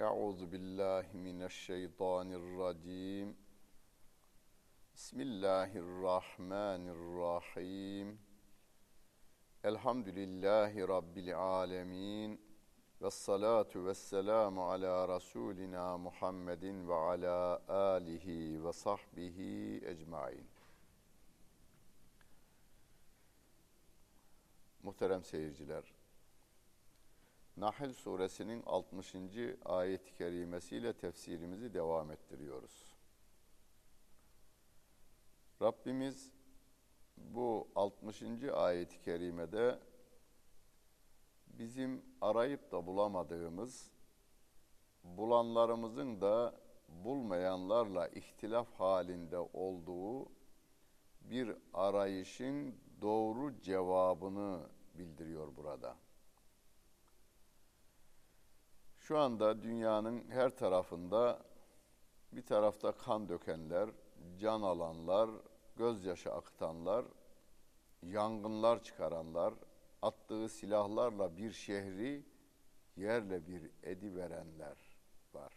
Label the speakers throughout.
Speaker 1: Euzu billahi mineşşeytanirracim. Bismillahirrahmanirrahim. Elhamdülillahi Rabbil alemin. Vessalatu vesselamu ala Resulina Muhammedin ve ala alihi ve sahbihi ecmain. Muhterem seyirciler, Nahl suresinin 60. ayet-i kerimesiyle tefsirimizi devam ettiriyoruz. Rabbimiz bu 60. ayet-i kerimede bizim arayıp da bulamadığımız, bulanlarımızın da bulmayanlarla ihtilaf halinde olduğu bir arayışın doğru cevabını bildiriyor burada. Şu anda dünyanın her tarafında bir tarafta kan dökenler, can alanlar, gözyaşı akıtanlar, yangınlar çıkaranlar, attığı silahlarla bir şehri yerle bir ediverenler var.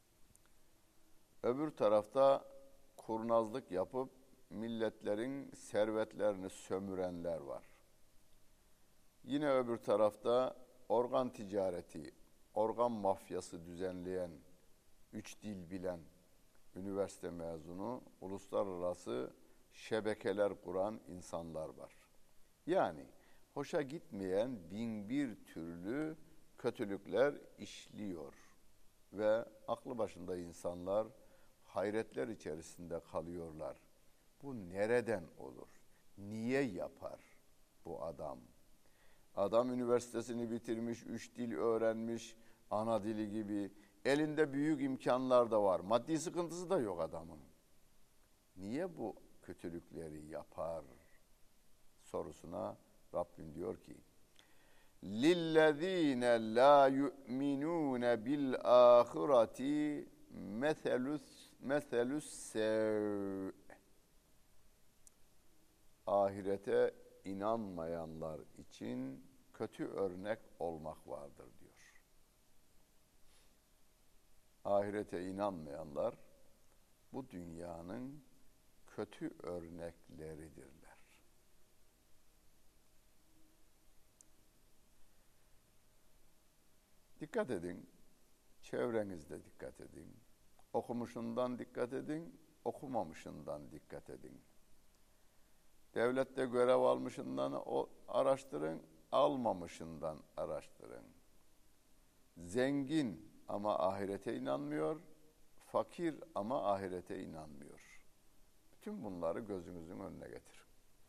Speaker 1: Öbür tarafta kurnazlık yapıp milletlerin servetlerini sömürenler var. Yine öbür tarafta organ ticareti, organ mafyası düzenleyen, 3 dil bilen, üniversite mezunu, uluslararası şebekeler kuran insanlar var. Yani hoşa gitmeyen bin bir türlü kötülükler işliyor ve aklı başında insanlar hayretler içerisinde kalıyorlar. Bu nereden olur? Niye yapar bu adam? Adam üniversitesini bitirmiş, 3 dil öğrenmiş, ana dili gibi. Elinde büyük imkanlar da var. Maddi sıkıntısı da yok adamın. Niye bu kötülükleri yapar? Sorusuna Rabbim diyor ki: "Lillezine la yu'minun bil ahireti meselus sev." Ahirete inanmayanlar için kötü örnek olmak vardır diyor. Ahirete inanmayanlar bu dünyanın kötü örnekleridirler. Dikkat edin, çevrenizde dikkat edin, okumuşundan dikkat edin, okumamışından dikkat edin. Devlette görev almışından araştırın, almamışından araştırın. Zengin ama ahirete inanmıyor, fakir ama ahirete inanmıyor. Bütün bunları gözünüzün önüne getirin.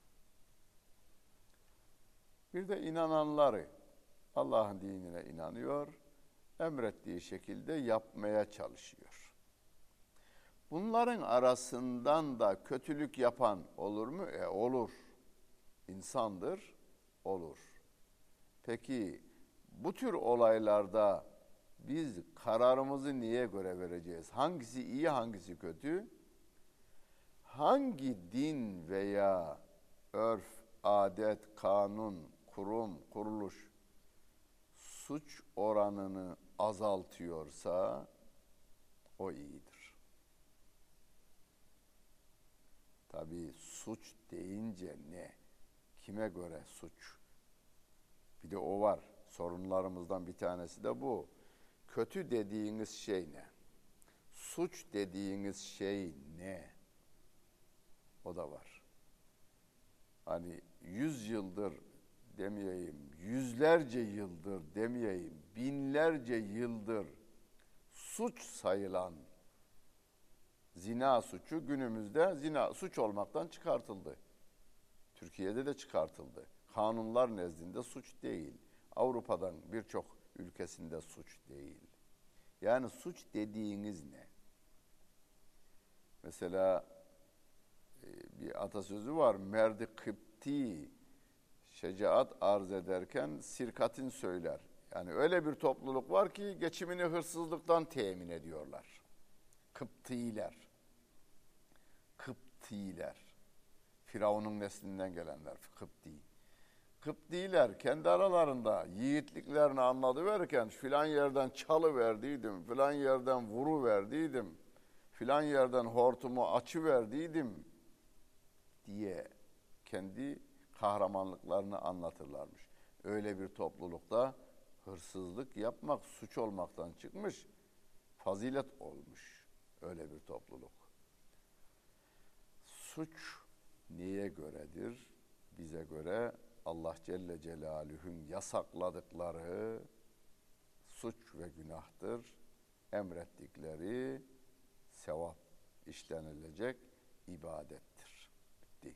Speaker 1: Bir de inananları, Allah'ın dinine inanıyor, emrettiği şekilde yapmaya çalışıyor. Bunların arasından da kötülük yapan olur mu? Olur. İnsandır, olur. Peki bu tür olaylarda biz kararımızı niye göre vereceğiz? Hangisi iyi, hangisi kötü? Hangi din veya örf, adet, kanun, kurum, kuruluş suç oranını azaltıyorsa o iyidir. Tabii suç deyince ne? Kime göre suç? Bir de o var. Sorunlarımızdan bir tanesi de bu. Kötü dediğiniz şey ne? Suç dediğiniz şey ne? O da var. Hani 100 yıldır demeyeyim, yüzlerce yıldır demeyeyim, binlerce yıldır suç sayılan zina suçu günümüzde zina suç olmaktan çıkartıldı. Türkiye'de de çıkartıldı. Kanunlar nezdinde suç değil. Avrupa'dan birçok ülkesinde suç değil. Yani suç dediğiniz ne? Mesela bir atasözü var. Merdi kıpti şecaat arz ederken sirkatin söyler. Yani öyle bir topluluk var ki geçimini hırsızlıktan temin ediyorlar. Kıptiler. Kıptiler. Firavun'un neslinden gelenler Kıpti. Kıptiler kendi aralarında yiğitliklerini anlatıverirken filan yerden çalı verdiydim, filan yerden vuru verdiydim, filan yerden hortumu açı verdiydim diye kendi kahramanlıklarını anlatırlarmış. Öyle bir toplulukta hırsızlık yapmak suç olmaktan çıkmış, fazilet olmuş öyle bir topluluk. Suç neye göredir? Bize göre Allah Celle Celaluhu'nun yasakladıkları suç ve günahtır. Emrettikleri sevap işlenilecek ibadettir. Bitti.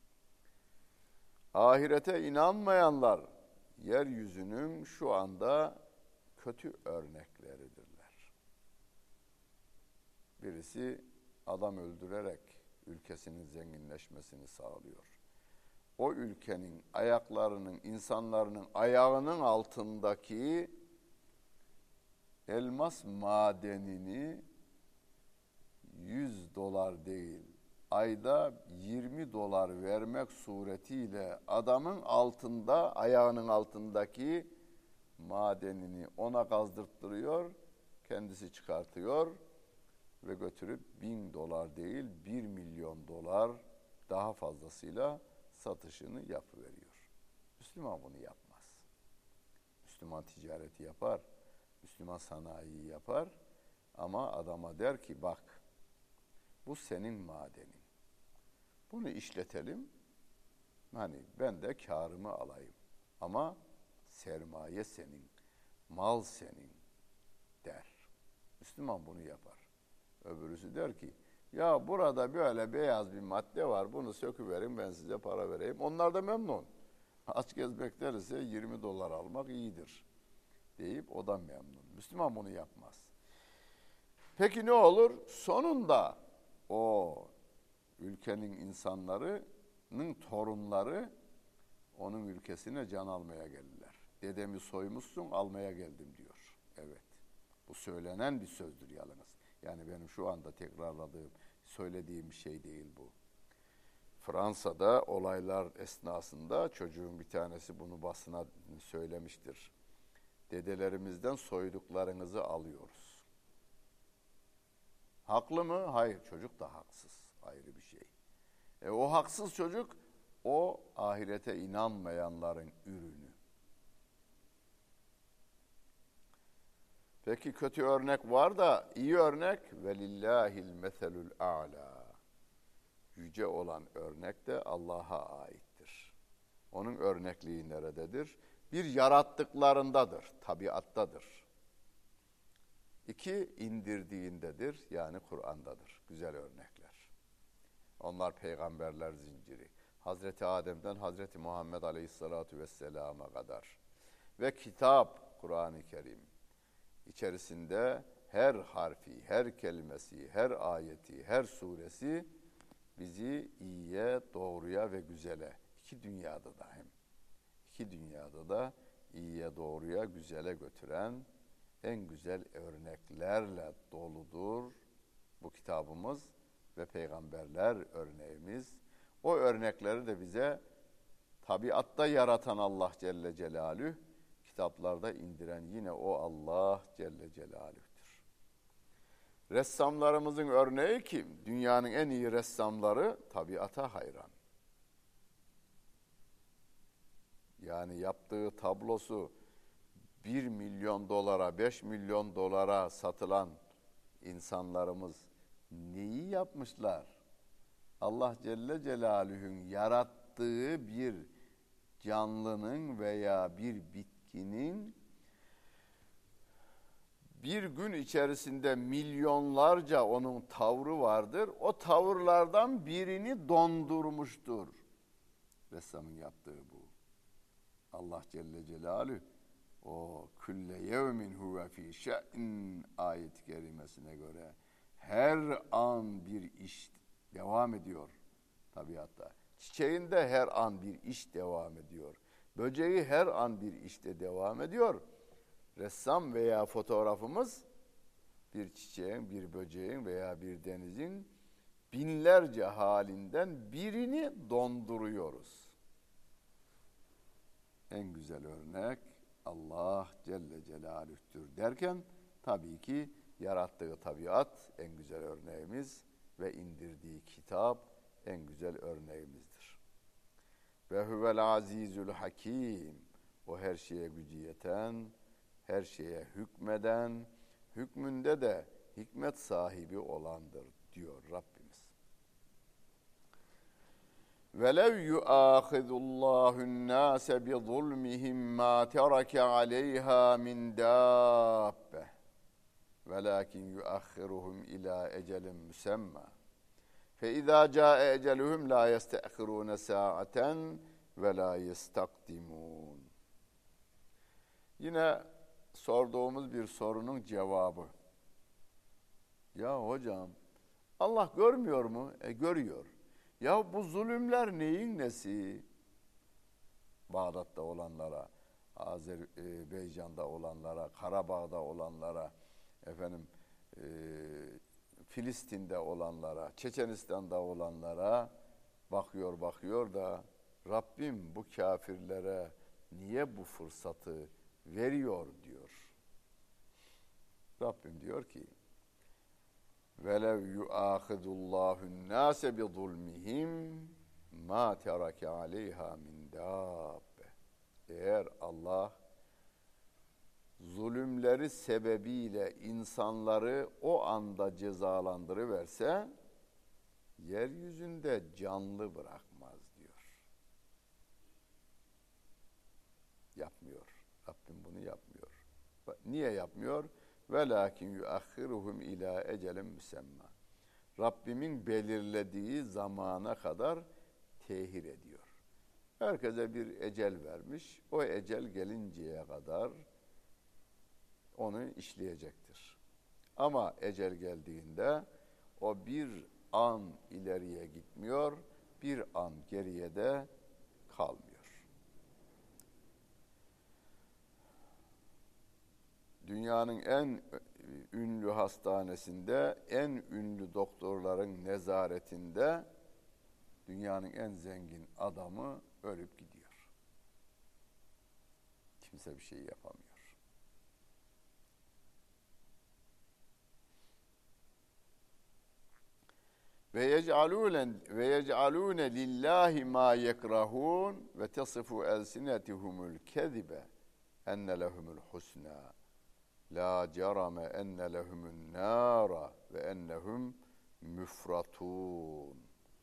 Speaker 1: Ahirete inanmayanlar yeryüzünün şu anda kötü örnekleridirler. Birisi adam öldürerek ülkesinin zenginleşmesini sağlıyor. O ülkenin ayaklarının, insanların ayağının altındaki elmas madenini 100 dolar değil, ayda 20 dolar vermek suretiyle adamın altında, ayağının altındaki madenini ona kazdırttırıyor, kendisi çıkartıyor ve götürüp 1000 dolar değil 1 milyon dolar daha fazlasıyla satışını yapıveriyor. Müslüman bunu yapmaz. Müslüman ticareti yapar, Müslüman sanayiyi yapar ama adama der ki bak bu senin madenin. Bunu işletelim. Hani ben de kârımı alayım. Ama sermaye senin, mal senin der. Müslüman bunu yapar. Öbürüsü der ki ya burada böyle beyaz bir madde var. Bunu söküverin ben size para vereyim. Onlar da memnun. Aç gezmekten ise 20 dolar almak iyidir deyip o da memnun. Müslüman bunu yapmaz. Peki ne olur? Sonunda o ülkenin insanların torunları onun ülkesine can almaya gelirler. Dedemi soymuşsun almaya geldim diyor. Evet. Bu söylenen bir sözdür yalnız. Yani benim şu anda tekrarladığım, söylediğim bir şey değil bu. Fransa'da olaylar esnasında çocuğun bir tanesi bunu basına söylemiştir. Dedelerimizden soyduklarınızı alıyoruz. Haklı mı? Hayır, çocuk da haksız. Ayrı bir şey. O haksız çocuk, o ahirete inanmayanların ürünü. Peki kötü örnek var da iyi örnek velillahil meselul a'la. Yüce olan örnek de Allah'a aittir. Onun örnekliği nerededir? Bir yarattıklarındadır, tabiattadır. İki indirdiğindedir, yani Kur'an'dadır. Güzel örnekler. Onlar peygamberler zinciri. Hazreti Adem'den Hazreti Muhammed Aleyhisselatü Vesselam'a kadar. Ve kitap, Kur'an-ı Kerim. İçerisinde her harfi, her kelimesi, her ayeti, her suresi bizi iyiye, doğruya ve güzele, iki dünyada da hem, iki dünyada da iyiye, doğruya, güzele götüren en güzel örneklerle doludur bu kitabımız ve peygamberler örneğimiz. O örnekleri de bize tabiatta yaratan Allah Celle Celaluhu, kitaplarda indiren yine o Allah Celle Celaluhu'dur. Ressamlarımızın örneği kim? Dünyanın en iyi ressamları tabiata hayran. Yani yaptığı tablosu 1 milyon dolara, 5 milyon dolara satılan insanlarımız neyi yapmışlar? Allah Celle Celaluhu'nun yarattığı bir canlının veya bir bitkinin bir gün içerisinde milyonlarca onun tavrı vardır. O tavırlardan birini dondurmuştur. Ressamın yaptığı bu. Allah Celle Celaluhu o külle yevmin huve fî şe'n ayet-i kerimesine göre her an bir iş devam ediyor tabiatta. Çiçeğinde her an bir iş devam ediyor. Böceği her an bir işte devam ediyor. Ressam veya fotoğrafımız bir çiçeğin, bir böceğin veya bir denizin binlerce halinden birini donduruyoruz. en güzel örnek Allah Celle Celaluh'tür derken tabii ki yarattığı tabiat en güzel örneğimiz ve indirdiği kitap en güzel örneğimizdir. Ve huvel azizül hakim, o her şeye gücü yeten, her şeye hükmeden, hükmünde de hikmet sahibi olandır diyor Rabbimiz. وَلَوْ يُؤَاخِذُ اللّٰهُ النَّاسَ بِظُلْمِهِمْ مَا تَرَكَ عَلَيْهَا مِنْ دَابَّةٍ وَلَكِنْ يُؤَخِّرُهُمْ إِلَى أَجَلٍ مُّسَمًّى فَإِذَا جَاءَ أَجَلُهُمْ لَا يَسْتَأْخِرُونَ سَاعَةً وَلَا يَسْتَقْدِمُونَ. Yine sorduğumuz bir sorunun cevabı. Ya hocam, Allah görmüyor mu? Görüyor. Ya bu zulümler neyin nesi? Bağdat'ta olanlara, Azerbaycan'da olanlara, Karabağ'da olanlara, Filistin'de olanlara, Çeçenistan'da olanlara bakıyor da Rabbim bu kafirlere niye bu fırsatı veriyor diyor. Rabbim diyor ki وَلَوْ يُؤَاخِذُ اللّٰهُ النَّاسَ بِظُلْمِهِمْ مَا تَرَكَ عَلَيْهَا مِنْ دَابَّةٍ. Eğer Allah zulümleri sebebiyle insanları o anda cezalandırıverse yeryüzünde canlı bırakmaz diyor. Yapmıyor. Rabbim bunu yapmıyor. Niye yapmıyor? وَلَاكِنْ يُؤَخِّرُهُمْ اِلَى اَجَلٍ مُّسَمَّى. Rabbimin belirlediği zamana kadar tehir ediyor. Herkese bir ecel vermiş. O ecel gelinceye kadar onu işleyecektir. Ama ecel geldiğinde o bir an ileriye gitmiyor, bir an geriye de kalmıyor. Dünyanın en ünlü hastanesinde, en ünlü doktorların nezaretinde dünyanın en zengin adamı ölüp gidiyor. Kimse bir şey yapamıyor. ve yec'alûne lillahi ma yekrahûn ve tasifu elsinetihumul kezibe enne lehumul husna la cerame enne lehumun nâra ve ennehum müfratûn.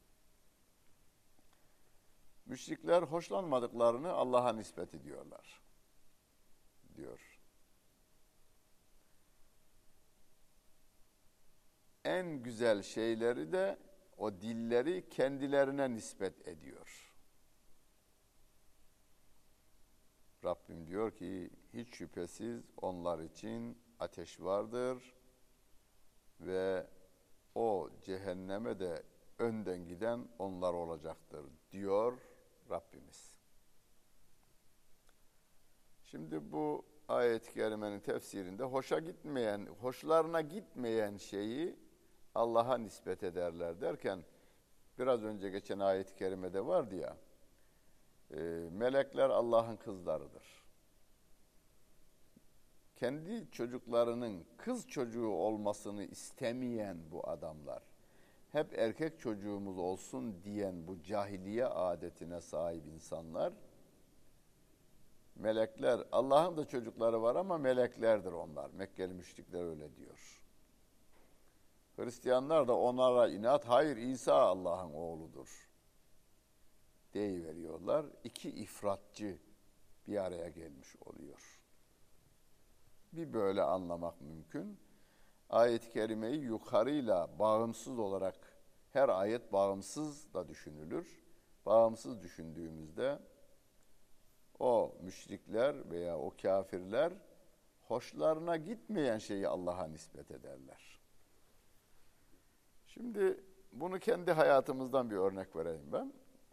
Speaker 1: Müşrikler hoşlanmadıklarını Allah'a nispet ediyorlar diyor. En güzel şeyleri de o dilleri kendilerine nispet ediyor. Rabbim diyor ki hiç şüphesiz onlar için ateş vardır ve o cehenneme de önden giden onlar olacaktır diyor Rabbimiz. Şimdi bu ayet-i kerimenin tefsirinde hoşlarına gitmeyen şeyi Allah'a nispet ederler derken biraz önce geçen ayet-i kerimede vardı ya, melekler Allah'ın kızlarıdır. Kendi çocuklarının kız çocuğu olmasını istemeyen bu adamlar, hep erkek çocuğumuz olsun diyen bu cahiliye adetine sahip insanlar, melekler, Allah'ın da çocukları var ama meleklerdir onlar. Mekkeli müşrikler öyle diyor. Hristiyanlar da onlara inat, hayır İsa Allah'ın oğludur deyiveriyorlar. İki ifratçı bir araya gelmiş oluyor. Bir böyle anlamak mümkün. Ayet-i kerimeyi yukarıyla bağımsız olarak, her ayet bağımsız da düşünülür. Bağımsız düşündüğümüzde o müşrikler veya o kafirler hoşlarına gitmeyen şeyi Allah'a nispet ederler. Şimdi bunu kendi hayatımızdan bir örnek vereyim ben.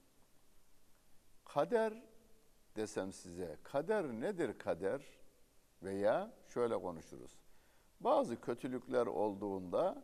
Speaker 1: Kader desem size, kader nedir kader? Veya şöyle konuşuruz. Bazı kötülükler olduğunda,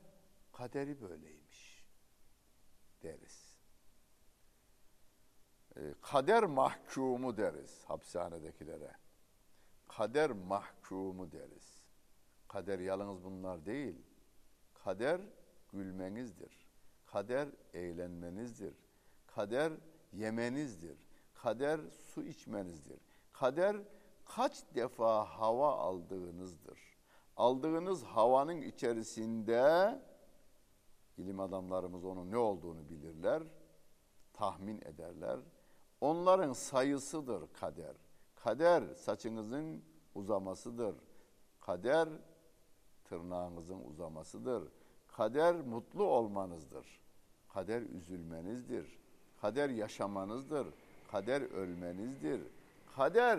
Speaker 1: kaderi böyleymiş deriz. kader mahkumu deriz hapishanedekilere. Kader mahkumu deriz. Kader yalnız bunlar değil. Kader gülmenizdir. Kader eğlenmenizdir. Kader yemenizdir. Kader su içmenizdir. Kader kaç defa hava aldığınızdır. Aldığınız havanın içerisinde ilim adamlarımız onun ne olduğunu bilirler, tahmin ederler. Onların sayısıdır kader. Kader saçınızın uzamasıdır. Kader tırnağınızın uzamasıdır. Kader mutlu olmanızdır. Kader üzülmenizdir. Kader yaşamanızdır. Kader ölmenizdir. Kader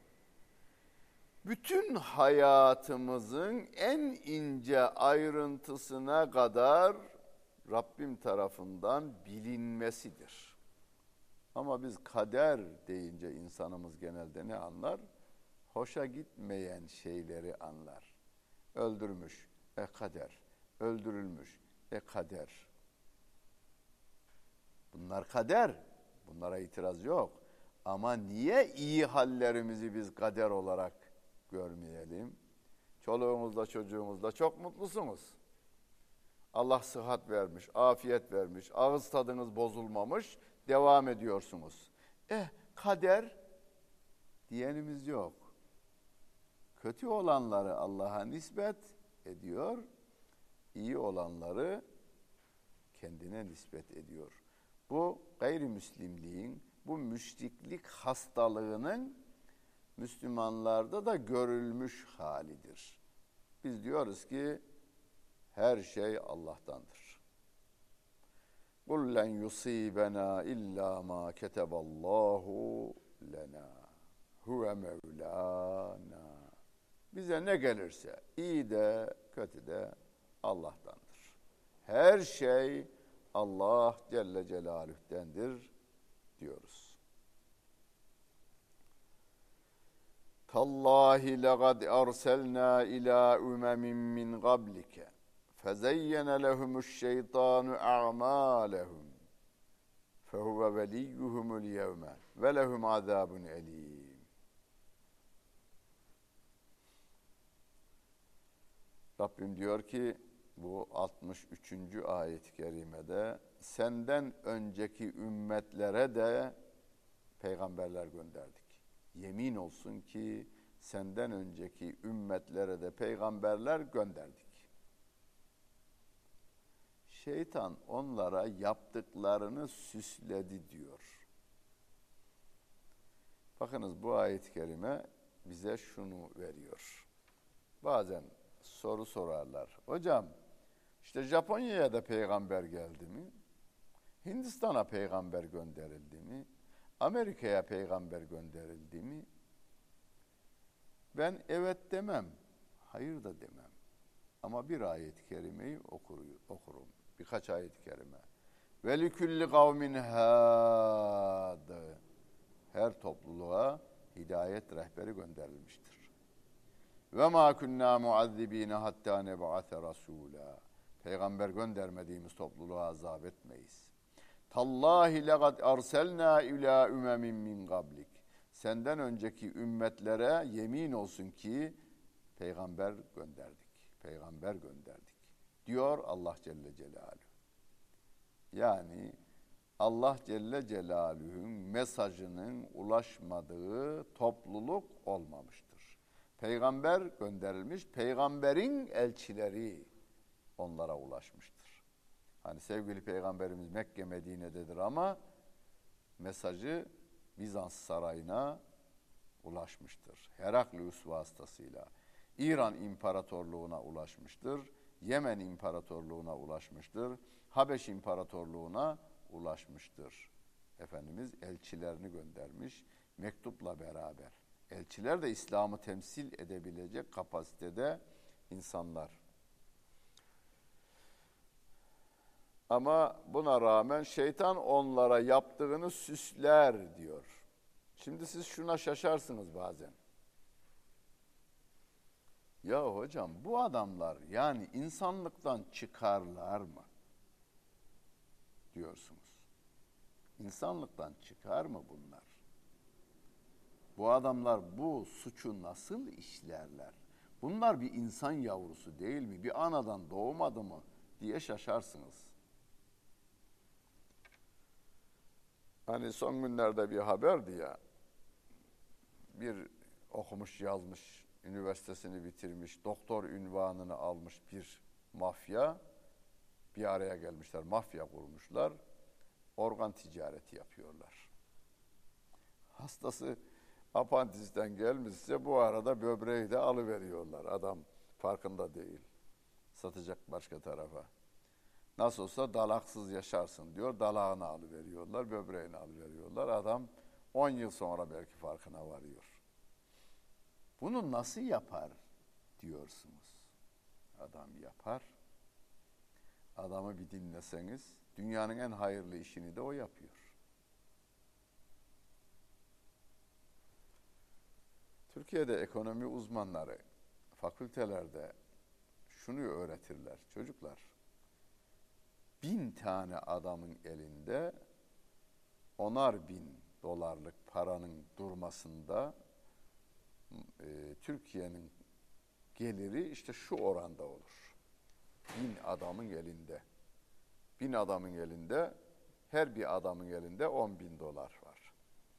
Speaker 1: bütün hayatımızın en ince ayrıntısına kadar Rabbim tarafından bilinmesidir. Ama biz kader deyince insanımız genelde ne anlar? Hoşa gitmeyen şeyleri anlar. Öldürmüş, kader. Öldürülmüş, kader. Bunlar kader. Bunlara itiraz yok. Ama niye iyi hallerimizi biz kader olarak görmeyelim? Çoluğumuzla çocuğumuzla çok mutlusunuz. Allah sıhhat vermiş, afiyet vermiş, ağız tadınız bozulmamış, devam ediyorsunuz. Kader diyenimiz yok. Kötü olanları Allah'a nispet ediyor, iyi olanları kendine nispet ediyor. Bu gayrimüslimliğin, bu müşriklik hastalığının Müslümanlarda da görülmüş halidir. Biz diyoruz ki her şey Allah'tandır. قُلْ لَنْ يُصِيبَنَا إِلَّا مَا كَتَبَ اللّٰهُ لَنَا هُوَ مَوْلَانَا. Bize ne gelirse iyi de kötü de Allah'tandır. Her şey Allah Celle Celaluh'tendir diyoruz. Tallahi laqad arsalna ila umemin min qablike fezeyyene lehumuşşeytanu a'malehum fehuve veliyyuhumul yevme ve lehum azabun elim. Rabbim diyor ki bu 63. ayet-i kerimede senden önceki ümmetlere de peygamberler gönderdik. Yemin olsun ki senden önceki ümmetlere de peygamberler gönderdik. Şeytan onlara yaptıklarını süsledi diyor. Bakınız bu ayet-i kerime bize şunu veriyor. Bazen soru sorarlar. Hocam işte Japonya'ya da peygamber geldi mi? Hindistan'a peygamber gönderildi mi? Amerika'ya peygamber gönderildi mi? Ben evet demem, hayır da demem. Ama bir ayet-i kerimeyi okurum. Birkaç ayet-i kerime. Ve likulli kavmin had. Her topluluğa hidayet rehberi gönderilmiştir. Ve ma kunna muazzibine hatta neb'ate rasula. Peygamber göndermediğimiz topluluğa azap etmeyiz. Tallahi laqad arsalna ila umemin min qablik. Senden önceki ümmetlere yemin olsun ki peygamber gönderdik. Peygamber gönderdik. Diyor Allah Celle Celaluhu. Yani Allah Celle Celaluhu'nun mesajının ulaşmadığı topluluk olmamıştır. Peygamber gönderilmiş, peygamberin elçileri onlara ulaşmıştır. Hani sevgili peygamberimiz Mekke Medine'dedir ama mesajı Bizans sarayına ulaşmıştır. Heraklius vasıtasıyla İran İmparatorluğu'na ulaşmıştır. Yemen İmparatorluğu'na ulaşmıştır. Habeş İmparatorluğu'na ulaşmıştır. Efendimiz elçilerini göndermiş mektupla beraber. Elçiler de İslam'ı temsil edebilecek kapasitede insanlar. Ama buna rağmen şeytan onlara yaptığını süsler diyor. Şimdi siz şuna şaşarsınız bazen. Ya hocam bu adamlar yani insanlıktan çıkarlar mı? Diyorsunuz. İnsanlıktan çıkar mı bunlar? Bu adamlar bu suçu nasıl işlerler? Bunlar bir insan yavrusu değil mi? Bir anadan doğmadı mı diye şaşarsınız. Hani son günlerde bir haberdi ya, bir okumuş yazmış, üniversitesini bitirmiş, doktor unvanını almış bir mafya bir araya gelmişler, mafya kurmuşlar, organ ticareti yapıyorlar. Hastası apandisten gelmişse bu arada böbreği de alıveriyorlar. Adam farkında değil. Satacak başka tarafa. Nasıl olsa dalaksız yaşarsın diyor. Dalağını alıveriyorlar, böbreğini alıveriyorlar. Adam 10 yıl sonra belki farkına varıyor. Bunu nasıl yapar diyorsunuz. Adam yapar. Adamı bir dinleseniz dünyanın en hayırlı işini de o yapıyor. Türkiye'de ekonomi uzmanları fakültelerde şunu öğretirler. Çocuklar, 1000 tane adamın elinde 10'ar bin dolarlık paranın durmasında Türkiye'nin geliri işte şu oranda olur. 1000 adamın elinde. 1000 adamın elinde, her bir adamın elinde 10.000 dolar var.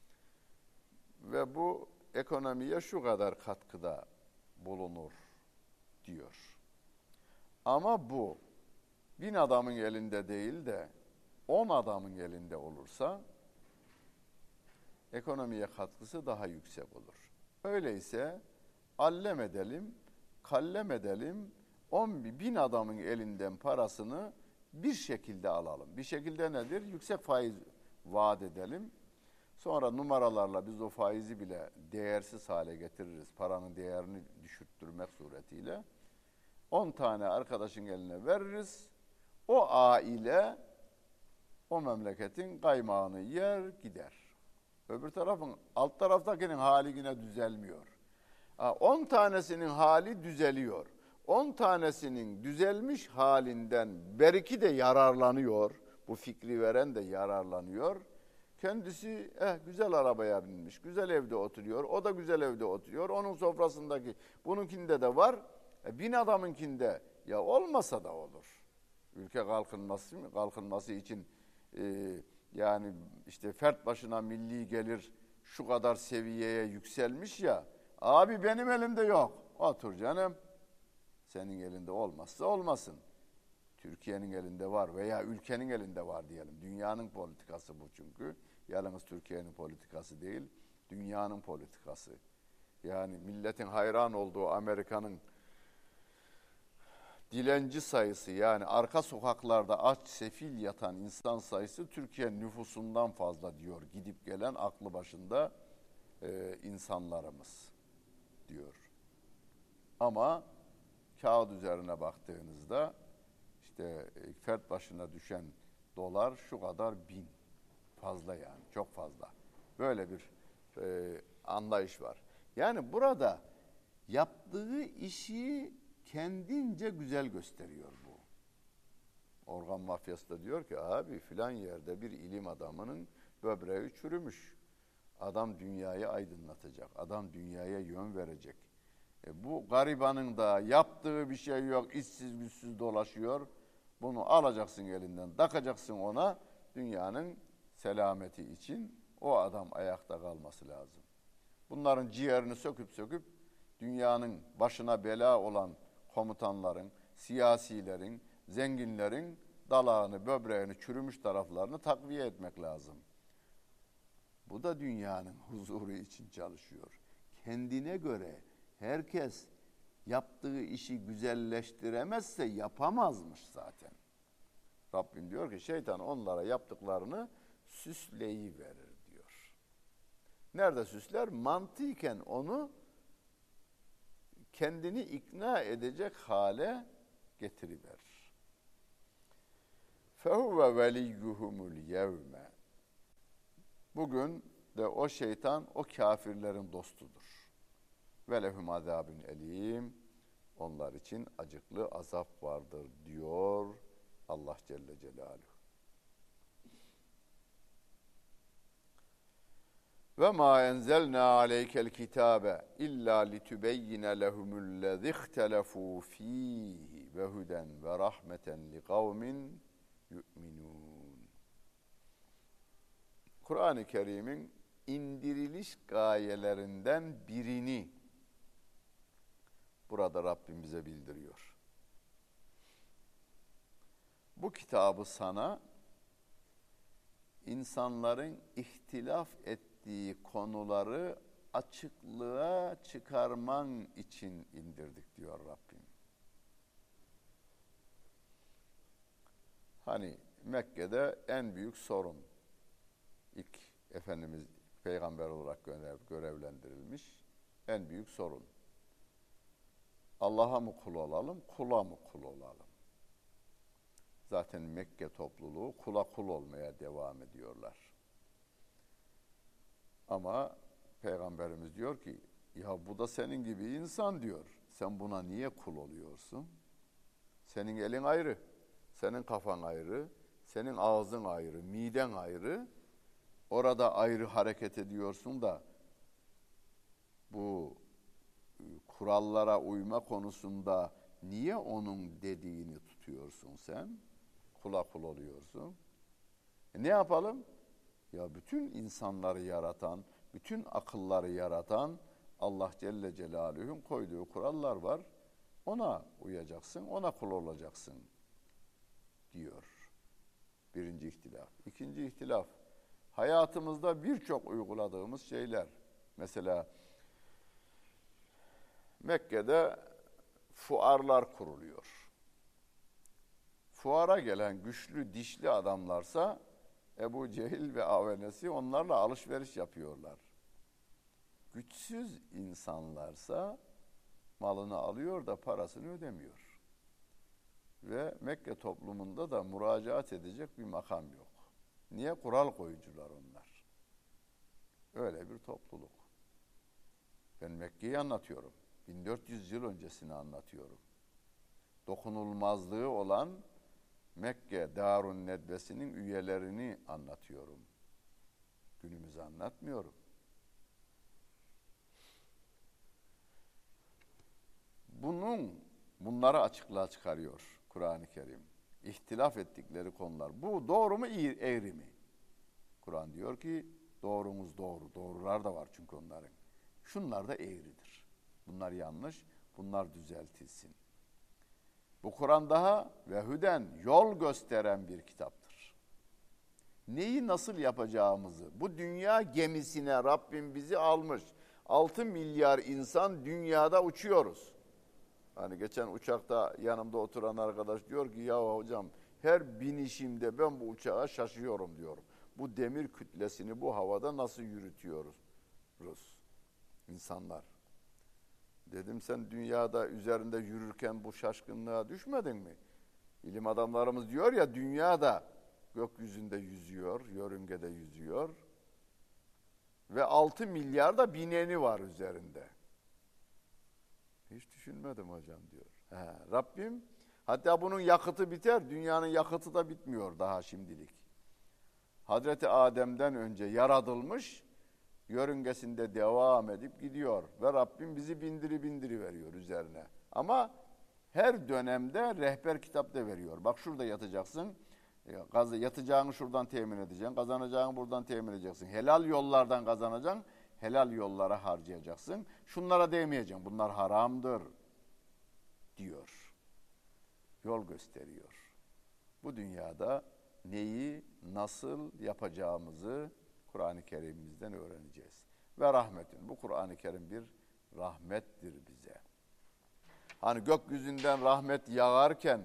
Speaker 1: Ve bu ekonomiye şu kadar katkıda bulunur diyor. Ama bu 1000 adamın elinde değil de 10 adamın elinde olursa ekonomiye katkısı daha yüksek olur. Öyleyse allem edelim, kallem edelim, 10.000 adamın elinden parasını bir şekilde alalım. Bir şekilde nedir? Yüksek faiz vaat edelim. Sonra numaralarla biz o faizi bile değersiz hale getiririz. Paranın değerini düşürttürmek suretiyle. 10 tane arkadaşın eline veririz. O aile o memleketin kaymağını yer gider. Öbür tarafın, alt taraftakinin hali yine düzelmiyor. 10 tanesinin hali düzeliyor. 10 tanesinin düzelmiş halinden beriki de yararlanıyor. Bu fikri veren de yararlanıyor. Kendisi güzel arabaya binmiş, güzel evde oturuyor. O da güzel evde oturuyor. Onun sofrasındaki, bununkinde de var. 1000 adamınkinde ya olmasa da olur. Ülke kalkınması için yani işte fert başına milli gelir şu kadar seviyeye yükselmiş ya. Abi benim elimde yok. Otur canım. Senin elinde olmazsa olmasın. Türkiye'nin elinde var veya ülkenin elinde var diyelim. Dünyanın politikası bu çünkü. Yalnız Türkiye'nin politikası değil, dünyanın politikası. Yani milletin hayran olduğu Amerika'nın dilenci sayısı, yani arka sokaklarda aç sefil yatan insan sayısı Türkiye nüfusundan fazla diyor. Gidip gelen aklı başında insanlarımız diyor. Ama kağıt üzerine baktığınızda işte fert başına düşen dolar şu kadar bin. Fazla yani, çok fazla. Böyle bir anlayış var. Yani burada yaptığı işi kendince güzel gösteriyor bu. Organ mafyası da diyor ki abi filan yerde bir ilim adamının böbreği çürümüş. Adam dünyayı aydınlatacak. Adam dünyaya yön verecek. Bu garibanın da yaptığı bir şey yok. İşsiz güçsüz dolaşıyor. Bunu alacaksın elinden, takacaksın ona. Dünyanın selameti için o adam ayakta kalması lazım. Bunların ciğerini söküp dünyanın başına bela olan komutanların, siyasilerin, zenginlerin dalağını, böbreğini, çürümüş taraflarını takviye etmek lazım. Bu da dünyanın huzuru için çalışıyor. Kendine göre herkes yaptığı işi güzelleştiremezse yapamazmış zaten. Rabbim diyor ki şeytan onlara yaptıklarını süsleyiverir diyor. Nerede süsler? Mantıken onu kendini ikna edecek hale getiriverir. فَهُوَ وَلِيُّهُمُ الْيَوْمَ Bugün de o şeytan o kafirlerin dostudur. وَلَهُمْ عَذَابٌ elim Onlar için acıklı azap vardır diyor Allah Celle Celaluhu. Ve ma enzelna aleykel kitabe illa litubeyyine lehumullezî ihtelefû fîhî ve huden ve rahmeten li kavmin yu'minûn. Kur'an-ı Kerim'in indiriliş gayelerinden birini burada Rabbim bize bildiriyor. Bu kitabı sana insanların ihtilaf ettiği konuları açıklığa çıkarman için indirdik diyor Rabbim. Hani Mekke'de en büyük sorun, ilk Efendimiz peygamber olarak görevlendirilmiş en büyük sorun. Allah'a mı kul olalım, kula mı kul olalım? Zaten Mekke topluluğu kula kul olmaya devam ediyorlar. Ama Peygamberimiz diyor ki, ya bu da senin gibi insan diyor. Sen buna niye kul oluyorsun? Senin elin ayrı, senin kafan ayrı, senin ağzın ayrı, miden ayrı. Orada ayrı hareket ediyorsun da bu kurallara uyma konusunda niye onun dediğini tutuyorsun sen? Kula kul oluyorsun. Ne yapalım? Ya bütün insanları yaratan, bütün akılları yaratan Allah Celle Celaluhu'nun koyduğu kurallar var. Ona uyacaksın, ona kul olacaksın diyor. Birinci ihtilaf. İkinci ihtilaf. Hayatımızda birçok uyguladığımız şeyler. Mesela Mekke'de fuarlar kuruluyor. Fuara gelen güçlü dişli adamlarsa Ebu Cehil ve avenesi onlarla alışveriş yapıyorlar. Güçsüz insanlarsa malını alıyor da parasını ödemiyor. Ve Mekke toplumunda da müracaat edecek bir makam yok. Niye? Kural koyucular onlar. Öyle bir topluluk. Ben Mekke'yi anlatıyorum. 1400 yıl öncesini anlatıyorum. Dokunulmazlığı olan Mekke Darun Nedvesi'nin üyelerini anlatıyorum. Günümüzü anlatmıyorum. Bunları açıklığa çıkarıyor Kur'an-ı Kerim. İhtilaf ettikleri konular. Bu doğru mu, eğri mi? Kur'an diyor ki doğrumuz doğru. Doğrular da var çünkü onların. Şunlar da eğridir. Bunlar yanlış. Bunlar düzeltilsin. Bu Kur'an daha ve hüden yol gösteren bir kitaptır. Neyi nasıl yapacağımızı, bu dünya gemisine Rabbim bizi almış. 6 milyar insan dünyada uçuyoruz. Hani geçen uçakta yanımda oturan arkadaş diyor ki ya hocam her binişimde ben bu uçağa şaşıyorum diyor. Bu demir kütlesini bu havada nasıl yürütüyoruz insanlar? Dedim sen dünyada üzerinde yürürken bu şaşkınlığa düşmedin mi? İlim adamlarımız diyor ya dünyada gökyüzünde yüzüyor, yörüngede yüzüyor ve 6 milyar da bineni var üzerinde. Hiç düşünmedim hocam diyor. Rabbim hatta bunun yakıtı biter, dünyanın yakıtı da bitmiyor daha şimdilik. Hazreti Adem'den önce yaratılmış, yörüngesinde devam edip gidiyor ve Rabbim bizi bindiri veriyor üzerine. Ama her dönemde rehber kitap da veriyor. Bak şurada yatacaksın, yatacağını şuradan temin edeceksin, kazanacağını buradan temin edeceksin. Helal yollardan kazanacaksın, helal yollara harcayacaksın. Şunlara değmeyeceksin, bunlar haramdır diyor. Yol gösteriyor. Bu dünyada neyi, nasıl yapacağımızı Kur'an-ı Kerim'imizden öğreneceğiz. Ve rahmetin. Bu Kur'an-ı Kerim bir rahmettir bize. Hani gökyüzünden rahmet yağarken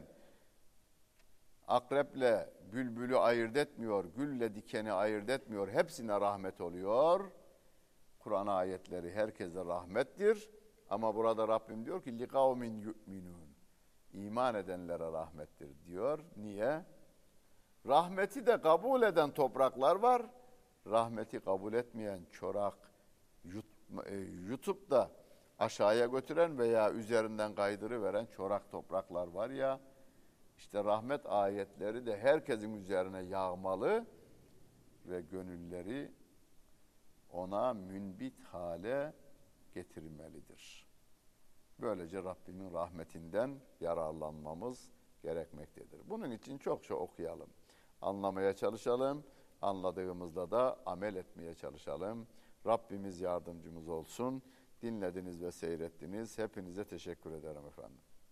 Speaker 1: akreple bülbülü ayırt etmiyor, gülle dikeni ayırt etmiyor. Hepsine rahmet oluyor. Kur'an ayetleri herkese rahmettir. Ama burada Rabbim diyor ki لِقَوْمٍ يُؤْمِنُونَ İman edenlere rahmettir diyor. Niye? Rahmeti de kabul eden topraklar var. Rahmeti kabul etmeyen çorak yutup da aşağıya götüren veya üzerinden kaydırıveren çorak topraklar var ya, işte rahmet ayetleri de herkesin üzerine yağmalı ve gönülleri ona münbit hale getirmelidir. Böylece Rabbimin rahmetinden yararlanmamız gerekmektedir. Bunun için çok okuyalım. Anlamaya çalışalım. Anladığımızda da amel etmeye çalışalım. Rabbimiz yardımcımız olsun. Dinlediniz ve seyrettiniz. Hepinize teşekkür ederim efendim.